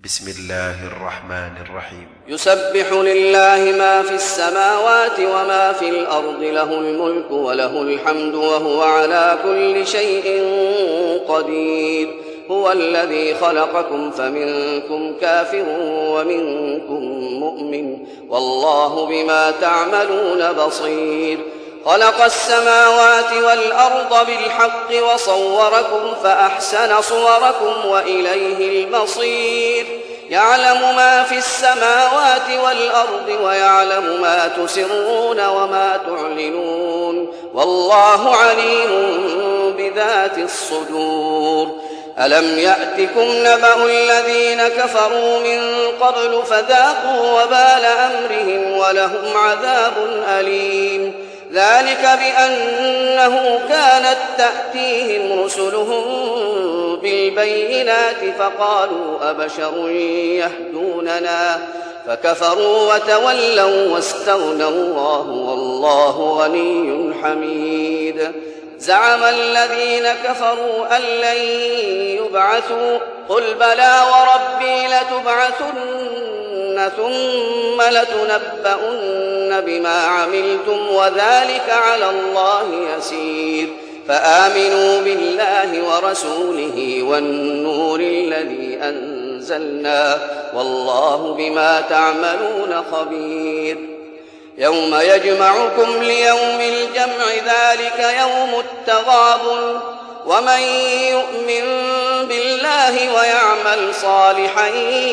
بسم الله الرحمن الرحيم. يسبح لله ما في السماوات وما في الأرض، له الملك وله الحمد وهو على كل شيء قدير. هو الذي خلقكم فمنكم كافر ومنكم مؤمن، والله بما تعملون بصير. خلق السماوات والأرض بالحق وصوركم فأحسن صوركم وإليه المصير. يعلم ما في السماوات والأرض ويعلم ما تسرون وما تعلنون، والله عليم بذات الصدور. ألم يأتكم نبأ الذين كفروا من قبل فذاقوا وبال أمرهم ولهم عذاب أليم. ذلك بأنه كانت تأتيهم رسلهم بالبينات فقالوا أبشر يهدوننا فكفروا وتولوا واستغنى الله والله غني حميد. زعم الذين كفروا أن لن يبعثوا، قل بلى وربي لتبعثن ثم لتنبؤن بما عملتم وذلك على الله يسير. فآمنوا بالله ورسوله والنور الذي أنزلنا، والله بما تعملون خبير. يوم يجمعكم ليوم الجمع ذلك يوم التغابن، ومن يؤمن بالله ويعمل صالحا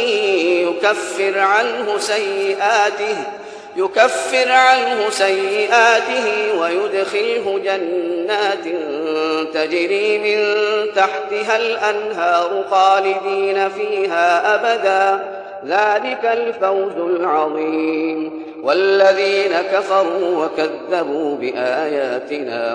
يكفر عنه سيئاته ويدخله جنات تجري من تحتها الأنهار خالدين فيها أبدا، ذلك الفوز العظيم. والذين كفروا وكذبوا بآياتنا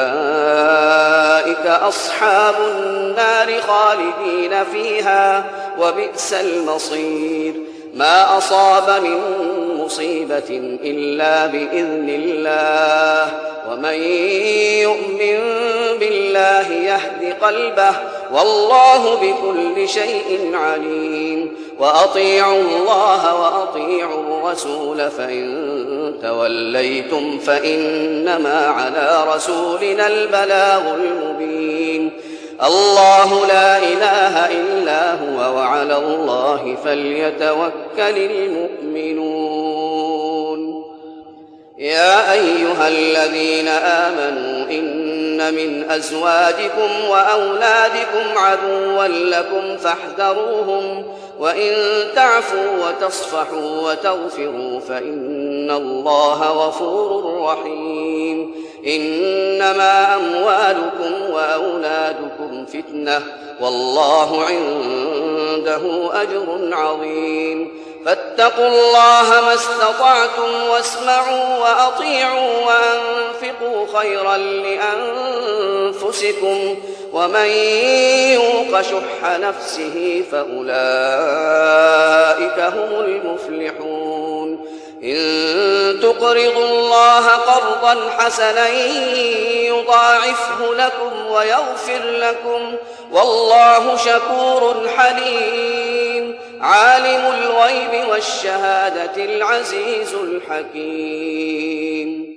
أولئك أصحاب النار خالدين فيها وبئس المصير. ما أصاب من مصيبة إلا بإذن الله، ومن يؤمن بالله يهد قلبه، والله بكل شيء عليم. وأطيعوا الله وأطيعوا الرسول، فإن توليتم فإنما على رسولنا البلاغ المبين. الله لا إله إلا هو وعلى الله فليتوكل المؤمنون. يا أيها الذين آمنوا إن من أزواجكم وأولادكم عدوا لكم فاحذروهم، وإن تعفوا وتصفحوا وتغفروا فإن الله غفور رحيم. إنما أموالكم وأولادكم فتنة، والله عنده أجر عظيم. فاتقوا الله ما استطعتم واسمعوا وأطيعوا وأنفقوا خيرا لأنفسكم، ومن يوق شح نفسه فأولئك هم المفلحون. إن تقرضوا الله قرضا حسنا يضاعفه لكم ويغفر لكم، والله شكور حليم. عالم الغيب والشهادة العزيز الحكيم.